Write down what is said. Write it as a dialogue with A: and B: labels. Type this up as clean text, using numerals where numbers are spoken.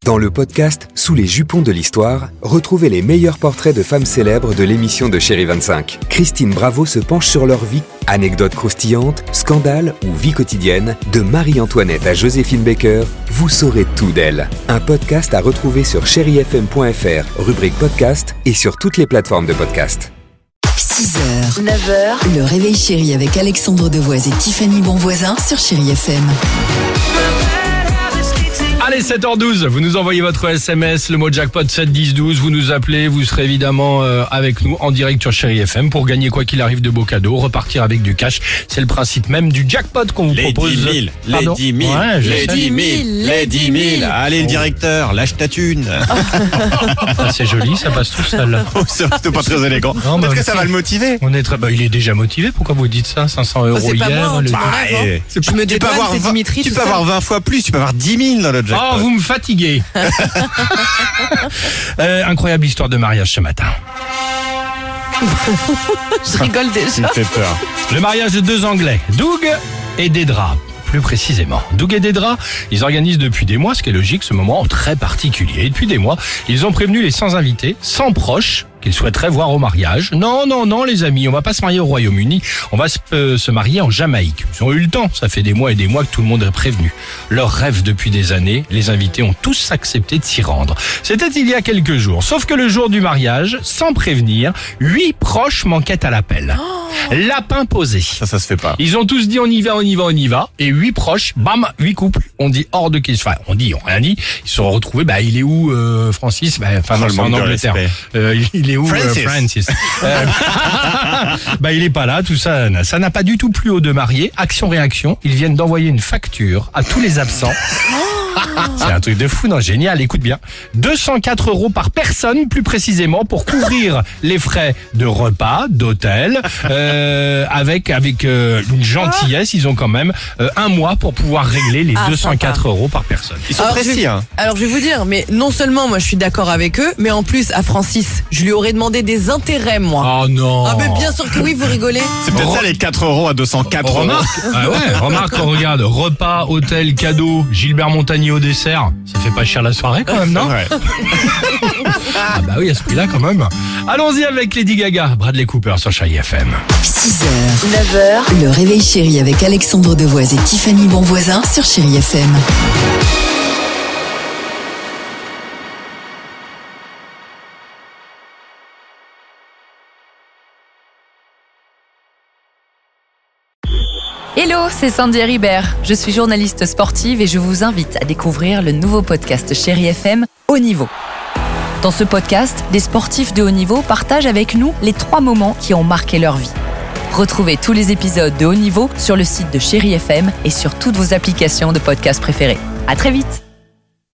A: Dans le podcast Sous les jupons de l'histoire, retrouvez les meilleurs portraits de femmes célèbres de l'émission de Chérie 25. Christine Bravo se penche sur leur vie. Anecdotes croustillantes, scandales ou vie quotidienne, de Marie-Antoinette à Joséphine Baker, vous saurez tout d'elle. Un podcast à retrouver sur chérifm.fr, rubrique podcast et sur toutes les plateformes de podcast.
B: 6h, 9h, le réveil chéri avec Alexandre Devoise et Tiffany Bonvoisin sur Chérie FM.
C: Allez, 7h12, vous nous envoyez votre SMS, le mot jackpot 7 10 12, vous nous appelez, vous serez évidemment avec nous en direct sur Chérie FM pour gagner quoi qu'il arrive de beaux cadeaux, repartir avec du cash. C'est le principe même du jackpot qu'on vous propose.
D: Les 10 000,
C: Pardon?
D: les 10 000,
C: Ouais,
D: les 10 000, les 10 000. Allez, le directeur, lâche ta thune.
C: Ah, c'est joli, ça passe tout seul.
D: C'est pas très élégant.
C: Non,
D: Peut-être
C: mais
D: que ça va le motiver.
C: On est très, il est déjà motivé, pourquoi vous dites ça? 500 €
E: C'est pas
C: hier.
E: moi, tu m'en rêves, hein. Je me dédouane, c'est Dimitri,
D: tu
E: tout
D: peux
E: ça.
D: avoir 20 fois plus, tu peux avoir 10 000 dans le jackpot.
C: Oh, vous me fatiguez. Incroyable histoire de mariage ce matin.
E: Je rigole
D: Il
E: déjà.
D: me fait peur.
C: Le mariage de deux Anglais, Doug et Dedra. Plus précisément, Doug et Dedra, ils organisent depuis des mois, ce qui est logique, ce moment très particulier. Et depuis des mois, ils ont prévenu les sans invités, sans proches, qu'ils souhaiteraient voir au mariage. Non, les amis, on va pas se marier au Royaume-Uni, on va se marier en Jamaïque. Ils ont eu le temps, ça fait des mois et des mois que tout le monde est prévenu. Leur rêve depuis des années, les invités ont tous accepté de s'y rendre. C'était il y a quelques jours, sauf que le jour du mariage, sans prévenir, 8 proches manquaient à l'appel. Lapin posé.
D: Ça se fait pas.
C: Ils ont tous dit on y va, et 8 proches, bam, 8 couples, on dit hors de question. Enfin, ils ont rien dit, ils se sont retrouvés, il est où Francis? Enfin, non, c'est en Angleterre. Il est où Francis? Il est pas là, tout ça n'a pas du tout plu aux deux mariés. Action-réaction, ils viennent d'envoyer une facture à tous les absents. C'est un truc de fou, non? Génial, écoute bien. 204 € par personne, plus précisément, pour couvrir les frais de repas, d'hôtel, avec une gentillesse. Ils ont quand même un mois pour pouvoir régler les 204 € par personne.
D: Ils sont précis, hein.
E: Alors je vais vous dire, mais non seulement moi je suis d'accord avec eux, mais en plus à Francis, je lui aurais demandé des intérêts moi.
C: Oh non.
E: Ah mais bien sûr que oui, vous rigolez.
D: C'est peut-être ça les 4 € à 204 €.
C: Remarque, on regarde repas, hôtel, cadeau, Gilbert Montagnier au dessert. Ça fait pas cher la soirée quand même, non?
D: Ouais.
C: Ah bah oui, à ce prix-là quand même. Allons-y avec Lady Gaga, Bradley Cooper sur Chérie FM.
B: 6h, 9h, le réveil chéri avec Alexandre Devoise et Tiffany Bonvoisin sur Chérie FM.
F: Hello, c'est Sandy Ribert. Je suis journaliste sportive et je vous invite à découvrir le nouveau podcast Chérie FM, Haut Niveau. Dans ce podcast, des sportifs de haut niveau partagent avec nous les 3 moments qui ont marqué leur vie. Retrouvez tous les épisodes de Haut Niveau sur le site de Chérie FM et sur toutes vos applications de podcast préférées. À très vite.